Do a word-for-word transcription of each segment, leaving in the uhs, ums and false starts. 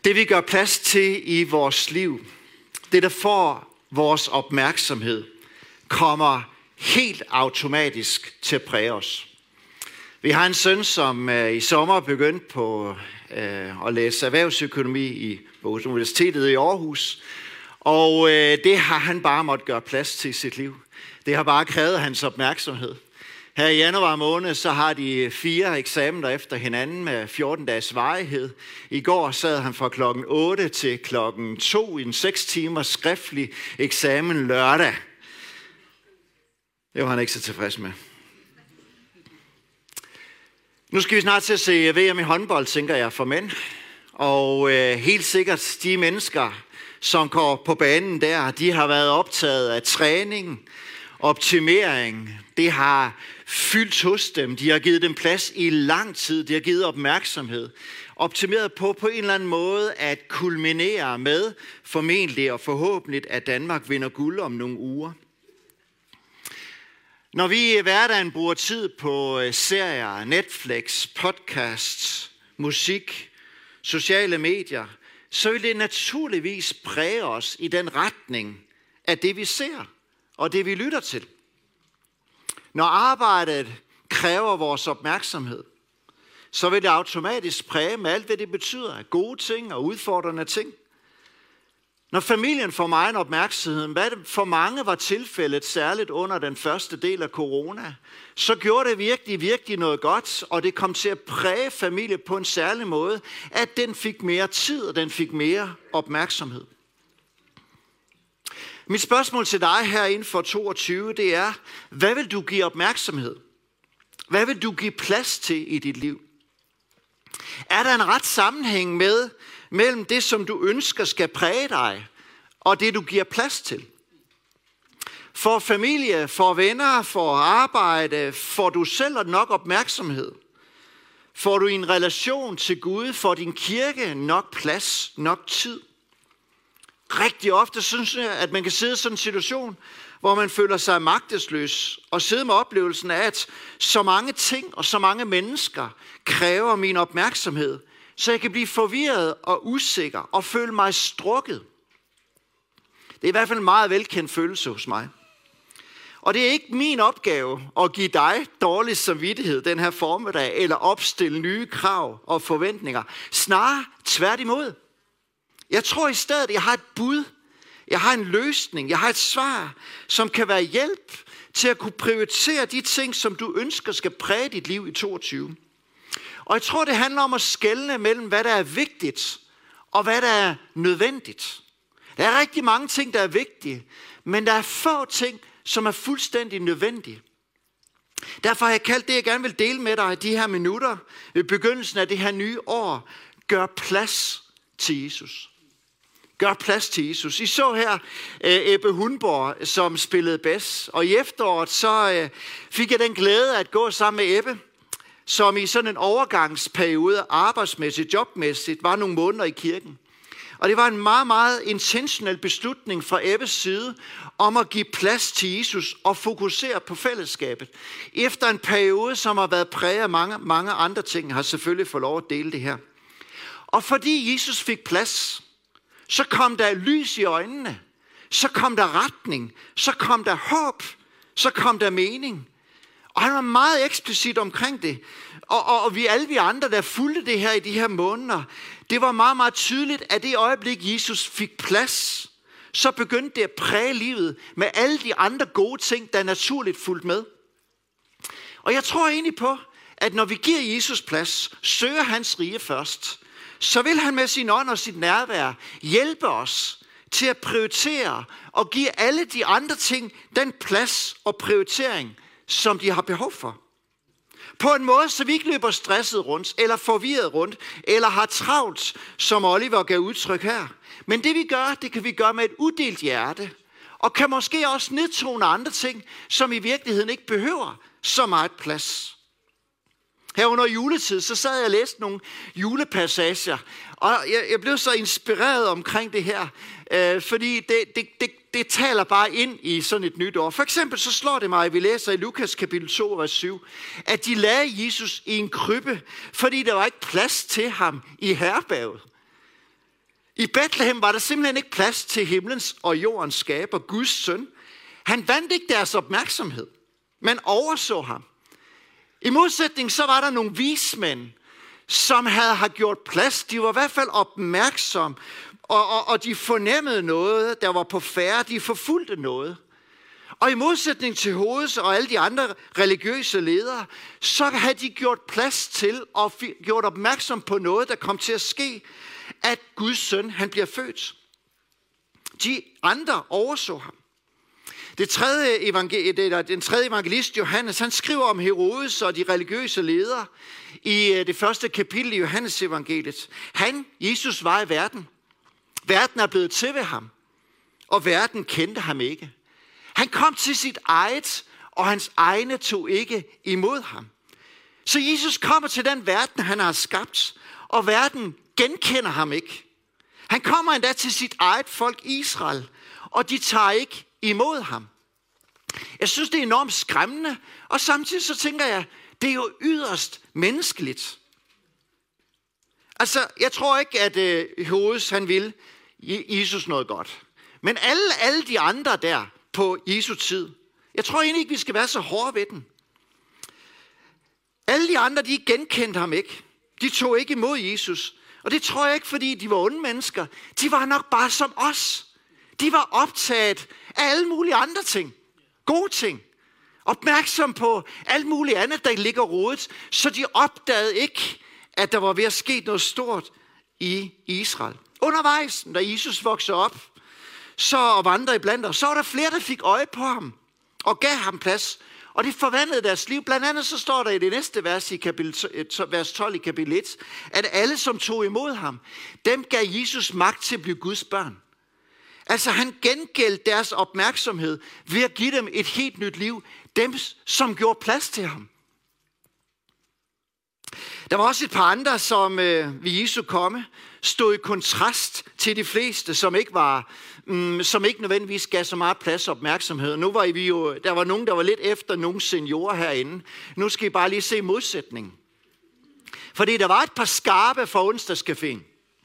Det vi gør plads til i vores liv, det der får vores opmærksomhed, kommer helt automatisk til at præge os. Vi har en søn, som i sommer begyndte på øh, at læse erhvervsøkonomi i, på Universitetet i Aarhus. Og øh, det har han bare måttet gøre plads til i sit liv. Det har bare krævet hans opmærksomhed. Her i januar måned, så har de fire eksamener efter hinanden med fjorten dages varighed. I går sad han fra klokken otte til klokken to i en seks timers skriftlig eksamen lørdag. Det var han ikke så tilfreds med. Nu skal vi snart til at se V M i håndbold, tænker jeg, for mænd. Og øh, helt sikkert de mennesker, som går på banen der, de har været optaget af træning, optimering. Det har fyldt hos dem. De har givet dem plads i lang tid. De har givet opmærksomhed. Optimeret på på en eller anden måde at kulminere med formentlig og forhåbentlig, at Danmark vinder guld om nogle uger. Når vi i hverdagen bruger tid på serier, Netflix, podcasts, musik, sociale medier, så vil det naturligvis præge os i den retning af det, vi ser og det, vi lytter til. Når arbejdet kræver vores opmærksomhed, så vil det automatisk præge med alt, hvad det betyder af gode ting og udfordrende ting. Når familien får meget opmærksomhed, hvad det for mange var tilfældet, særligt under den første del af corona, så gjorde det virkelig, virkelig noget godt, og det kom til at præge familien på en særlig måde, at den fik mere tid, og den fik mere opmærksomhed. Mit spørgsmål til dig her inden for toogtyve, det er, hvad vil du give opmærksomhed? Hvad vil du give plads til i dit liv? Er der en ret sammenhæng med, mellem det, som du ønsker skal præge dig, og det, du giver plads til? For familie, for venner, for arbejde, får du selv nok opmærksomhed? Får du i en relation til Gud, får din kirke nok plads, nok tid? Rigtig ofte synes jeg, at man kan sidde i sådan en situation, hvor man føler sig magtesløs, og sidde med oplevelsen af, at så mange ting og så mange mennesker kræver min opmærksomhed, så jeg kan blive forvirret og usikker og føle mig strukket. Det er i hvert fald en meget velkendt følelse hos mig. Og det er ikke min opgave at give dig dårlig samvittighed den her formiddag, eller opstille nye krav og forventninger. Snarere tværtimod. Jeg tror i stedet, at jeg har et bud, jeg har en løsning, jeg har et svar, som kan være hjælp til at kunne prioritere de ting, som du ønsker skal præge dit liv i toogtyve. Og jeg tror, det handler om at skelne mellem, hvad der er vigtigt og hvad der er nødvendigt. Der er rigtig mange ting, der er vigtige, men der er få ting, som er fuldstændig nødvendige. Derfor har jeg kaldt det, jeg gerne vil dele med dig i de her minutter ved begyndelsen af det her nye år. Gør plads til Jesus. Gør plads til Jesus. I så her Ebbe Hundborg, som spillede bas, og i efteråret så fik jeg den glæde at gå sammen med Ebbe, som i sådan en overgangsperiode arbejdsmæssigt, jobmæssigt, var nogle måneder i kirken. Og det var en meget, meget intentionel beslutning fra Ebbes side om at give plads til Jesus og fokusere på fællesskabet. Efter en periode, som har været præget af mange, mange andre ting, har selvfølgelig fået lov at dele det her. Og fordi Jesus fik plads, så kom der lys i øjnene, så kom der retning, så kom der håb, så kom der mening. Og han var meget eksplicit omkring det. Og, og, og vi alle vi andre, der fulgte det her i de her måneder, det var meget, meget tydeligt, at det øjeblik, Jesus fik plads, så begyndte det at præge livet med alle de andre gode ting, der naturligt fulgte med. Og jeg tror egentlig på, at når vi giver Jesus plads, søger hans rige først, så vil han med sin ånd og sit nærvær hjælpe os til at prioritere og give alle de andre ting den plads og prioritering, som de har behov for. På en måde, så vi ikke løber stresset rundt, eller forvirret rundt, eller har travlt, som Oliver gav udtryk her. Men det vi gør, det kan vi gøre med et udelt hjerte, og kan måske også nedtone andre ting, som i virkeligheden ikke behøver så meget plads. Her under juletid, så sad jeg og læste nogle julepassager, og jeg, jeg blev så inspireret omkring det her, øh, fordi det, det, det, det taler bare ind i sådan et nyt år. For eksempel så slår det mig, at vi læser i Lukas kapitel to, vers syv, at de lagde Jesus i en krybbe, fordi der var ikke plads til ham i herberget. I Bethlehem var der simpelthen ikke plads til himlens og jordens skaber, Guds søn. Han vandt ikke deres opmærksomhed, men overså ham. I modsætning så var der nogle vismænd, som havde har gjort plads. De var i hvert fald opmærksomme, og, og, og de fornemmede noget, der var på færre. De forfulgte noget. Og i modsætning til Herodes og alle de andre religiøse ledere, så havde de gjort plads til og gjort opmærksom på noget, der kom til at ske, at Guds søn, han bliver født. De andre overså ham. Det tredje evangel- den tredje evangelist, Johannes, han skriver om Herodes og de religiøse ledere i det første kapitel i Johannes evangeliet. Han, Jesus, var i verden. Verden er blevet til ved ham, og verden kendte ham ikke. Han kom til sit eget, og hans egne tog ikke imod ham. Så Jesus kommer til den verden, han har skabt, og verden genkender ham ikke. Han kommer endda til sit eget folk Israel, og de tager ikke imod ham. Jeg synes, det er enormt skræmmende, og samtidig så tænker jeg, det er jo yderst menneskeligt. Altså, jeg tror ikke, at øh, Herodes, han ville Jesus noget godt. Men alle, alle de andre der på Jesu tid, jeg tror egentlig ikke, vi skal være så hårde ved den. Alle de andre, de genkendte ham ikke. De tog ikke imod Jesus. Og det tror jeg ikke, fordi de var onde mennesker. De var nok bare som os. De var optaget af alle mulige andre ting. Gode ting. Opmærksom på alt muligt andet, der ligger rodet. Så de opdagede ikke, at der var ved at ske noget stort i Israel. Undervejs, da Jesus voksede op, så og vandrede iblandt os, så var der flere, der fik øje på ham og gav ham plads. Og det forvandlede deres liv. Blandt andet så står der i det næste vers, i kapitel, vers tolv i kapitel et, at alle, som tog imod ham, dem gav Jesus magt til at blive Guds børn. Altså han gengældte deres opmærksomhed ved at give dem et helt nyt liv. Dem, som gjorde plads til ham. Der var også et par andre, som øh, ved Jesu komme stod i kontrast til de fleste, som ikke var, mm, som ikke nødvendigvis gav så meget plads og opmærksomhed. Nu var vi jo, der var nogen, der var lidt efter nogle seniorer herinde. Nu skal I bare lige se modsætningen. Fordi der var et par skarpe fra onsdagscaféen.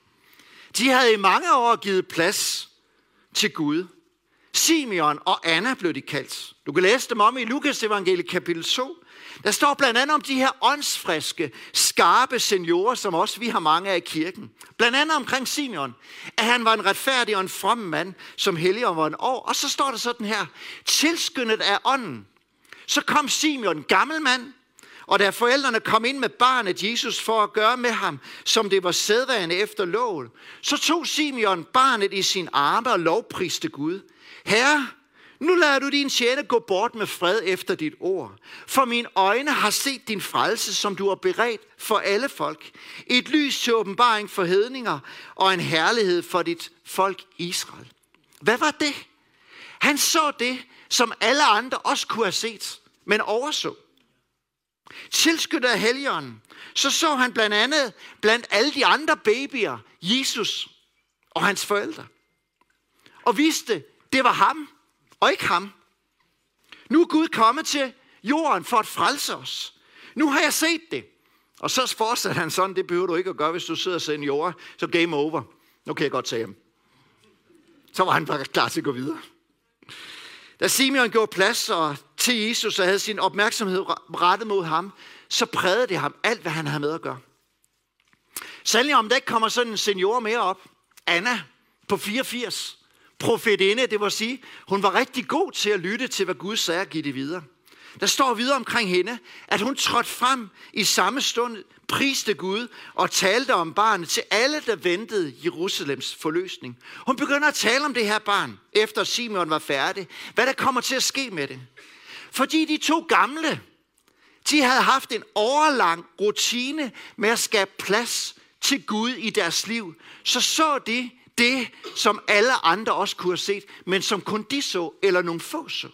De havde i mange år givet plads til Gud. Simeon og Anna blev de kaldt. Du kan læse dem om i Lukas evangeliet kapitel to. Der står blandt andet om de her åndsfriske, skarpe seniorer, som også vi har mange af i kirken. Blandt andet omkring Simeon, at han var en retfærdig og en from mand, som Helligånden var en år. Og så står der sådan her, tilskyndet af ånden. Så kom Simeon, en gammel mand, og da forældrene kom ind med barnet Jesus for at gøre med ham, som det var sædvane efter loven, så tog Simeon barnet i sin arme og lovpriste Gud. Herre, nu lader du din tjener gå bort med fred efter dit ord. For mine øjne har set din frelse, som du har beredt for alle folk. Et lys til åbenbaring for hedninger og en herlighed for dit folk Israel. Hvad var det? Han så det, som alle andre også kunne have set, men overså. Tilskyndet af Helligånden, så så han blandt andet blandt alle de andre babyer, Jesus og hans forældre. Og vidste, det var ham. Og ikke ham. Nu er Gud kommet til jorden for at frelse os. Nu har jeg set det. Og så fortsatte han sådan, det behøver du ikke at gøre, hvis du sidder seniorer. Så game over. Nu kan jeg godt tage ham. Så var han bare klar til at gå videre. Da Simeon gjorde plads og til Jesus og havde sin opmærksomhed rettet mod ham, så prægede det ham alt, hvad han havde med at gøre. Sandelig om der ikke kommer sådan en senior mere op. Anna på fireogfirs. Profetinde, det vil sige, hun var rigtig god til at lytte til, hvad Gud sagde og give det videre. Der står videre omkring hende, at hun trådte frem i samme stund, priste Gud og talte om barnet til alle, der ventede Jerusalems forløsning. Hun begynder at tale om det her barn, efter Simeon var færdig. Hvad der kommer til at ske med det. Fordi de to gamle, de havde haft en årelang rutine med at skabe plads til Gud i deres liv. Så så de det, som alle andre også kunne have set, men som kun de så, eller nogle få så.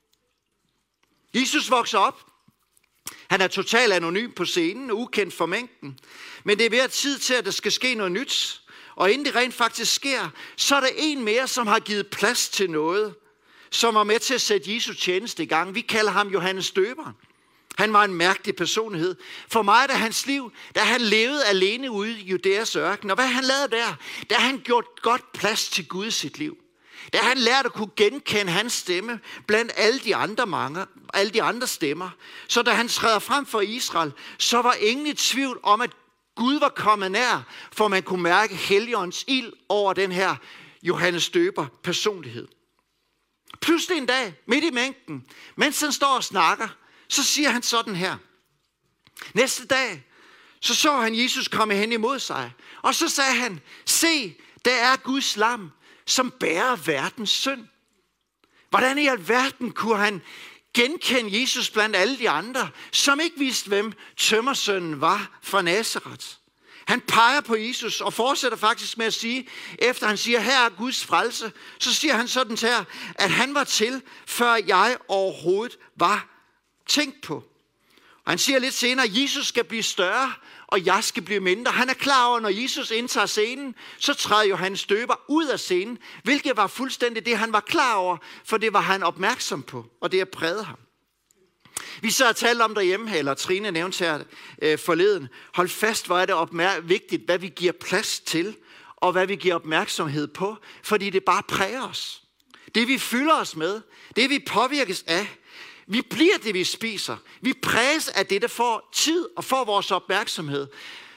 Jesus vokser op. Han er totalt anonym på scenen, ukendt for mængden. Men det er ved at tid til, at der skal ske noget nyt. Og inden det rent faktisk sker, så er der en mere, som har givet plads til noget, som var med til at sætte Jesus tjeneste i gang. Vi kalder ham Johannes Døberen. Han var en mærkelig personlighed. For mig, da hans liv, da han levede alene ude i Judæas ørken, og hvad han lavede der, da han gjort godt plads til Gud i sit liv. Da han lærte at kunne genkende hans stemme blandt alle de andre mange, alle de andre stemmer. Så da han træder frem for Israel, så var ingen i tvivl om, at Gud var kommet nær, for man kunne mærke Helligåndens ild over den her Johannes Døber personlighed. Pludselig en dag, midt i mængden, mens han står og snakker, så siger han sådan her. Næste dag, så så han Jesus komme hen imod sig, og så sagde han, se, der er Guds lam, som bærer verdens synd. Hvordan i alverden kunne han genkende Jesus blandt alle de andre, som ikke vidste, hvem tømmersønnen var fra Nazareth? Han peger på Jesus og fortsætter faktisk med at sige, efter han siger, her er Guds frelse, så siger han sådan her, at han var til, før jeg overhovedet var tænkt på. Og han siger lidt senere, at Jesus skal blive større, og jeg skal blive mindre. Han er klar over, at når Jesus indtager scenen, så træder Johannes Døber ud af scenen, hvilket var fuldstændig det, han var klar over, for det var han opmærksom på, og det har præget ham. Vi så har talt om derhjemme, eller Trine nævnte her øh, forleden, hold fast, hvor er det opmær- vigtigt, hvad vi giver plads til, og hvad vi giver opmærksomhed på, fordi det bare præger os. Det vi fylder os med, det vi påvirkes af, vi bliver det, vi spiser. Vi præges af det, der får tid og får vores opmærksomhed.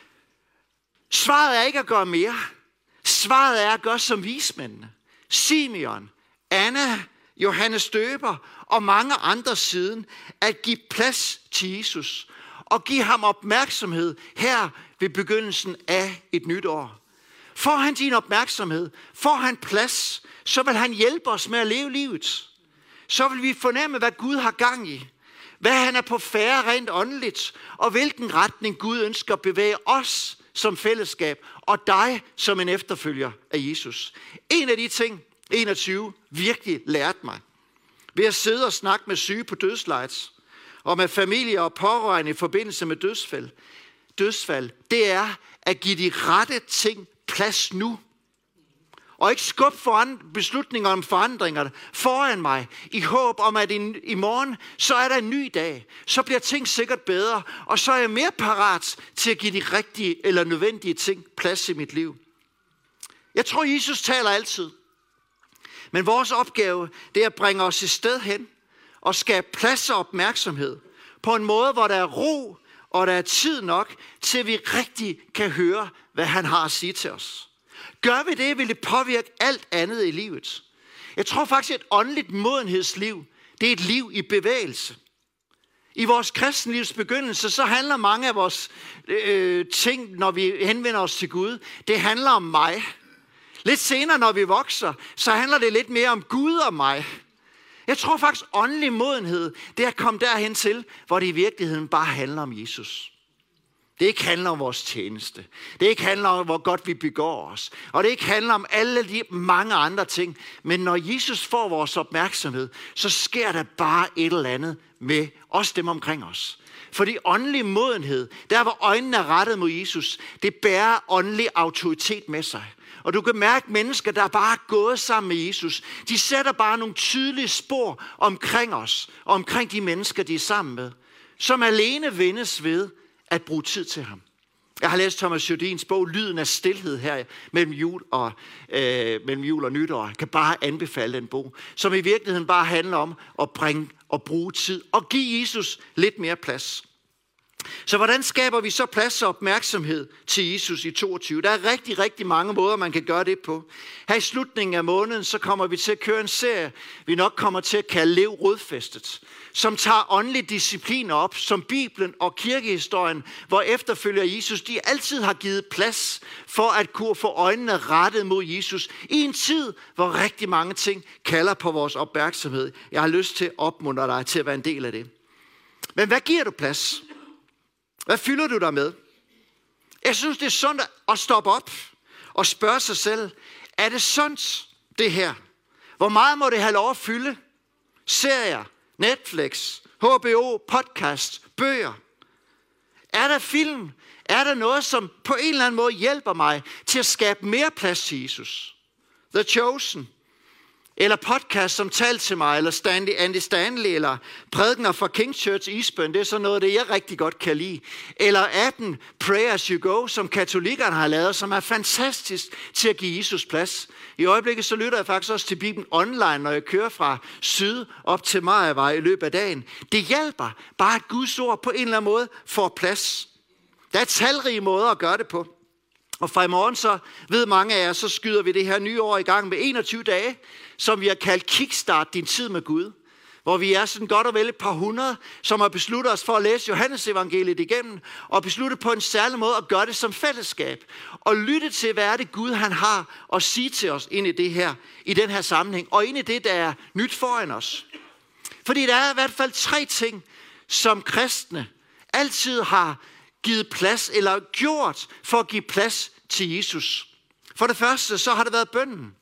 Svaret er ikke at gøre mere. Svaret er at gøre som vismændene. Simeon, Anna, Johannes Døber og mange andre siden. At give plads til Jesus. Og give ham opmærksomhed her ved begyndelsen af et nyt år. Får han din opmærksomhed, får han plads, så vil han hjælpe os med at leve livet. Så vil vi fornemme, hvad Gud har gang i. Hvad han er på færre rent åndeligt. Og hvilken retning Gud ønsker at bevæge os som fællesskab. Og dig som en efterfølger af Jesus. En af de ting, enogtyve, virkelig lærte mig. Ved at sidde og snakke med syge på dødslejet. Og med familie og pårørende i forbindelse med dødsfald. Dødsfald, det er at give de rette ting plads nu. Og ikke skubbe foran beslutninger om forandringer foran mig, i håb om, at i, i morgen, så er der en ny dag. Så bliver ting sikkert bedre, og så er jeg mere parat til at give de rigtige eller nødvendige ting plads i mit liv. Jeg tror, Jesus taler altid. Men vores opgave, det er at bringe os et sted hen, og skabe plads og opmærksomhed, på en måde, hvor der er ro, og der er tid nok, til at vi rigtig kan høre, hvad han har at sige til os. Gør vi det, vil det påvirke alt andet i livet. Jeg tror faktisk, at et åndeligt modenhedsliv, det er et liv i bevægelse. I vores kristenlivs begyndelse, så handler mange af vores øh, ting, når vi henvender os til Gud, det handler om mig. Lidt senere, når vi vokser, så handler det lidt mere om Gud og mig. Jeg tror faktisk, åndelig modenhed, det er at komme derhen til, hvor det i virkeligheden bare handler om Jesus. Det ikke handler om vores tjeneste. Det ikke handler om, hvor godt vi begår os. Og det ikke handler om alle de mange andre ting. Men når Jesus får vores opmærksomhed, så sker der bare et eller andet med os dem omkring os. Fordi åndelig modenhed, der hvor øjnene er rettet mod Jesus, det bærer åndelig autoritet med sig. Og du kan mærke mennesker, der er bare gået sammen med Jesus. De sætter bare nogle tydelige spor omkring os, og omkring de mennesker, de er sammen med. Som alene vindes ved at bruge tid til ham. Jeg har læst Thomas Jordins bog, Lyden af stilhed her mellem jul og, øh, mellem jul og nytår. Jeg kan bare anbefale den bog, som i virkeligheden bare handler om at bringe og bruge tid og give Jesus lidt mere plads. Så hvordan skaber vi så plads og opmærksomhed til Jesus i toogtyve? Der er rigtig, rigtig mange måder, man kan gøre det på. Her i slutningen af måneden, så kommer vi til at køre en serie, vi nok kommer til at kalde Lev rodfæstet, som tager åndelige discipliner op, som Bibelen og kirkehistorien, hvor efterfølger Jesus, de altid har givet plads for at kunne få øjnene rettet mod Jesus, i en tid, hvor rigtig mange ting kalder på vores opmærksomhed. Jeg har lyst til at opmuntre dig til at være en del af det. Men hvad giver du plads? Hvad fylder du dig med? Jeg synes, det er sundt at stoppe op og spørge sig selv, er det sundt, det her? Hvor meget må det have lov at fylde? Serier, Netflix, H B O, podcast, bøger. Er der film? Er der noget, som på en eller anden måde hjælper mig til at skabe mere plads til Jesus? The Chosen. eller podcast som Tal til mig, eller Stanley, Andy Stanley, eller prædikener fra King Church Eastburn. Det er sådan noget af det, jeg rigtig godt kan lide. Eller appen Pray As You Go, som katolikkerne har lavet, som er fantastisk til at give Jesus plads. I øjeblikket så lytter jeg faktisk også til Bibelen online, når jeg kører fra syd op til Mariavej i løbet af dagen. Det hjælper bare, at Guds ord på en eller anden måde får plads. Der er talrige måder at gøre det på. Og fra i morgen så ved mange af jer, så skyder vi det her nye år i gang med enogtyve dage, som vi har kaldt Kickstart din tid med Gud. Hvor vi er sådan godt og vel et par hundrede, som har besluttet os for at læse Johannes evangeliet igennem, og besluttet på en særlig måde at gøre det som fællesskab. Og lytte til, hvad er det Gud han har at sige til os ind i det her, i den her sammenhæng, og ind i det, der er nyt foran os. Fordi der er i hvert fald tre ting, som kristne altid har givet plads, eller gjort for at give plads til Jesus. For det første, så har det været bønnen.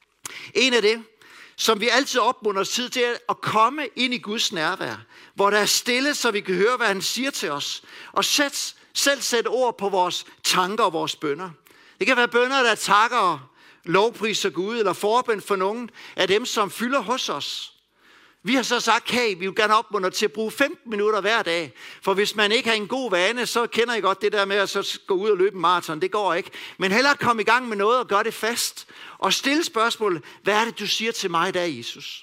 En af det, som vi altid opmuntrer os til, det er at komme ind i Guds nærvær, hvor der er stille, så vi kan høre, hvad han siger til os, og sæt, selv sætte ord på vores tanker og vores bønner. Det kan være bønner, der takker og lovpriser Gud, eller forbøn for nogen af dem, som fylder hos os. Vi har så sagt, hey, vi vil gerne opmuntre til at bruge femten minutter hver dag. For hvis man ikke har en god vane, så kender I godt det der med at så gå ud og løbe en maraton. Det går ikke. Men hellere komme i gang med noget og gøre det fast. Og stille spørgsmålet, hvad er det, du siger til mig i dag, Jesus?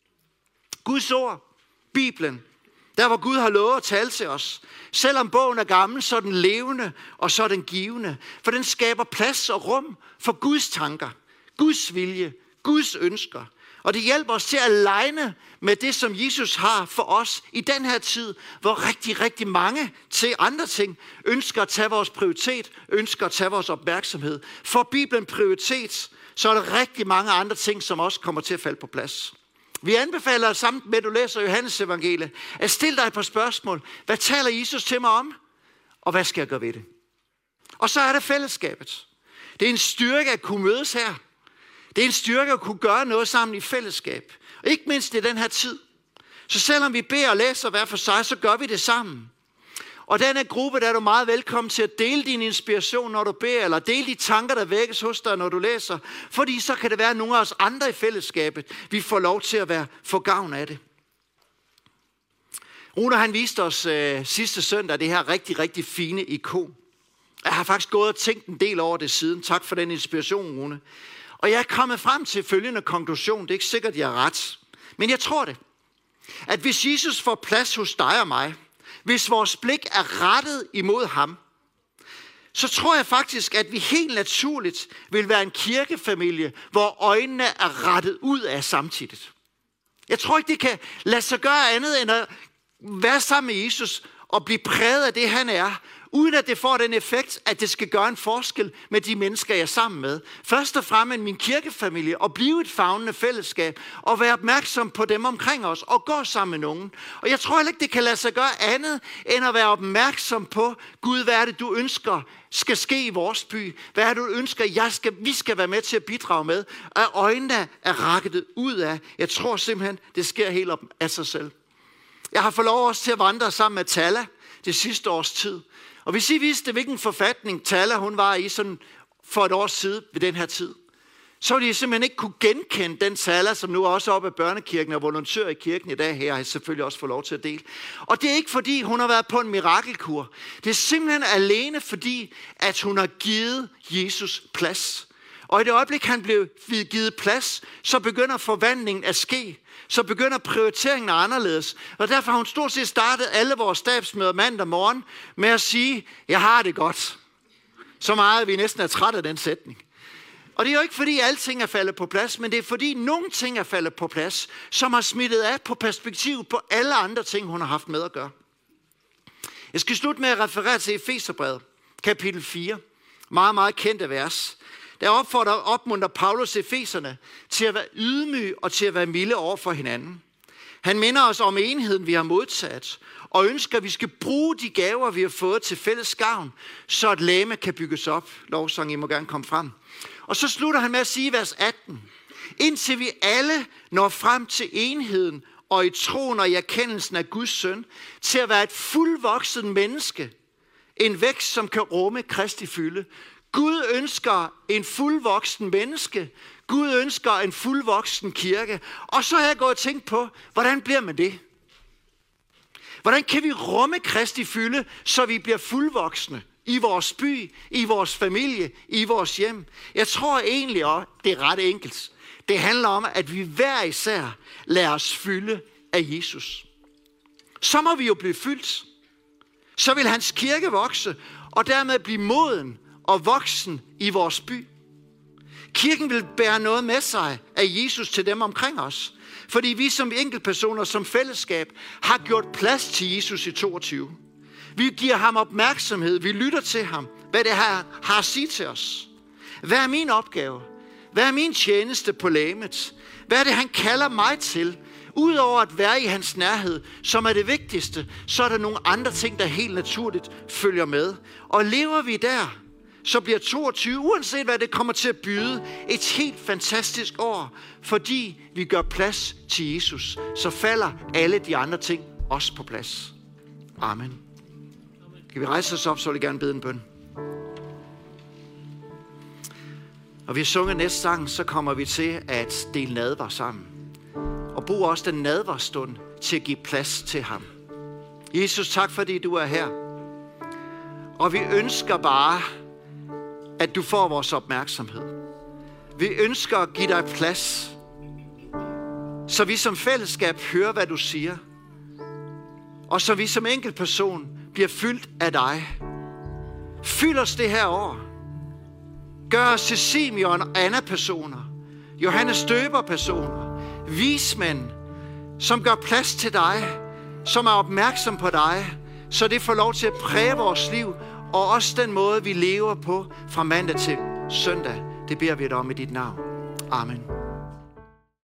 Guds ord, Bibelen, der hvor Gud har lovet at tale til os. Selvom bogen er gammel, så er den levende, og så er den givende. For den skaber plads og rum for Guds tanker, Guds vilje, Guds ønsker. Og det hjælper os til at legne med det, som Jesus har for os i den her tid, hvor rigtig, rigtig mange til andre ting ønsker at tage vores prioritet, ønsker at tage vores opmærksomhed. For Bibelen prioritet, så er der rigtig mange andre ting, som også kommer til at falde på plads. Vi anbefaler sammen med, at du læser Johannes evangeliet, at stille dig et par spørgsmål. Hvad taler Jesus til mig om? Og hvad skal jeg gøre ved det? Og så er det fællesskabet. Det er en styrke at kunne mødes her. Det er en styrke at kunne gøre noget sammen i fællesskab. Og ikke mindst i den her tid. Så selvom vi beder og læser hver for sig, så gør vi det sammen. Og den her gruppe, der er du meget velkommen til at dele din inspiration, når du beder, eller dele de tanker, der vækkes hos dig, når du læser. Fordi så kan det være, at nogle af os andre i fællesskabet, vi får lov til at være få gavn af det. Rune, han viste os øh, sidste søndag det her rigtig, rigtig fine ikon. Jeg har faktisk gået og tænkt en del over det siden. Tak for den inspiration, Rune. Og jeg er kommet frem til følgende konklusion. Det er ikke sikkert, jeg er ret. Men jeg tror det. At hvis Jesus får plads hos dig og mig, hvis vores blik er rettet imod ham, så tror jeg faktisk, at vi helt naturligt vil være en kirkefamilie, hvor øjnene er rettet ud af samtidigt. Jeg tror ikke, det kan lade sig gøre andet end at være sammen med Jesus og blive præget af det, han er, uden at det får den effekt, at det skal gøre en forskel med de mennesker, jeg er sammen med. Først og fremmest min kirkefamilie, og blive et favnende fællesskab, og være opmærksom på dem omkring os, og gå sammen med nogen. Og jeg tror heller ikke, det kan lade sig gøre andet, end at være opmærksom på, Gud, hvad er det, du ønsker skal ske i vores by? Hvad er det, du ønsker, jeg skal, vi skal være med til at bidrage med? Og øjnene er rakket ud af. Jeg tror simpelthen, det sker helt op af sig selv. Jeg har fået lov også til at vandre sammen med Tala det sidste års tid. Og hvis I vidste, hvilken forfatning Tala hun var i sådan for et års siden ved den her tid, så ville I simpelthen ikke kunne genkende den Tala, som nu er også oppe af børnekirken og volontør i kirken i dag. Her har jeg selvfølgelig også fået lov til at dele. Og det er ikke fordi, hun har været på en mirakelkur. Det er simpelthen alene fordi, at hun har givet Jesus plads. Og i det øjeblik, han blev givet plads, så begynder forvandlingen at ske. Så begynder prioriteringen anderledes. Og derfor har hun stort set startet alle vores stabsmøder mandag morgen med at sige, jeg har det godt. Så meget, at vi næsten er træt af den sætning. Og det er jo ikke fordi, alting er faldet på plads, men det er fordi, nogle ting er faldet på plads, som har smittet af på perspektiv på alle andre ting, hun har haft med at gøre. Jeg skal slutte med at referere til Efeserbrevet, kapitel fire. Meget, meget kendte vers. Der opfordrer og opmuntrer Paulus efeserne til at være ydmyge og til at være milde over for hinanden. Han minder os om enheden, vi har modtaget, og ønsker, at vi skal bruge de gaver, vi har fået til fælles gavn, så et legeme kan bygges op. Lovsang, I må gerne komme frem. Og så slutter han med at sige i vers atten. Indtil vi alle når frem til enheden og i troen og i erkendelsen af Guds søn, til at være et fuldvokset menneske, en vækst, som kan rumme Kristi fylde. Gud ønsker en fuldvoksen menneske. Gud ønsker en fuldvoksen kirke. Og så har jeg gået og tænkt på, hvordan bliver man det? Hvordan kan vi rumme Kristi fylde, så vi bliver fuldvoksne i vores by, i vores familie, i vores hjem? Jeg tror egentlig også, det er ret enkelt. Det handler om, at vi hver især lader os fylde af Jesus. Så må vi jo blive fyldt. Så vil hans kirke vokse, og dermed blive moden og voksen i vores by. Kirken vil bære noget med sig af Jesus til dem omkring os. Fordi vi som enkeltpersoner, som fællesskab, har gjort plads til Jesus i toogtyve. Vi giver ham opmærksomhed, vi lytter til ham, hvad det her har at sige til os. Hvad er min opgave? Hvad er min tjeneste på legemet? Hvad er det, han kalder mig til? Udover at være i hans nærhed, som er det vigtigste, så er der nogle andre ting, der helt naturligt følger med. Og lever vi der, så bliver toogtyve, uanset hvad det kommer til at byde, et helt fantastisk år. Fordi vi gør plads til Jesus, så falder alle de andre ting også på plads. Amen. Kan vi rejse os op, så vil jeg gerne bede en bøn. Og vi synger næste sang, så kommer vi til at dele nadver sammen. Og brug også den nadverstund til at give plads til ham. Jesus, tak fordi du er her. Og vi ønsker bare, at du får vores opmærksomhed. Vi ønsker at give dig plads, så vi som fællesskab hører, hvad du siger. Og så vi som enkeltperson bliver fyldt af dig. Fyld os det her år. Gør os til Simeon og Anna-personer, Johannes Døber-personer, vismænd, som gør plads til dig, som er opmærksom på dig, så det får lov til at præge vores liv, og også den måde, vi lever på fra mandag til søndag. Det beder vi dig om i dit navn. Amen.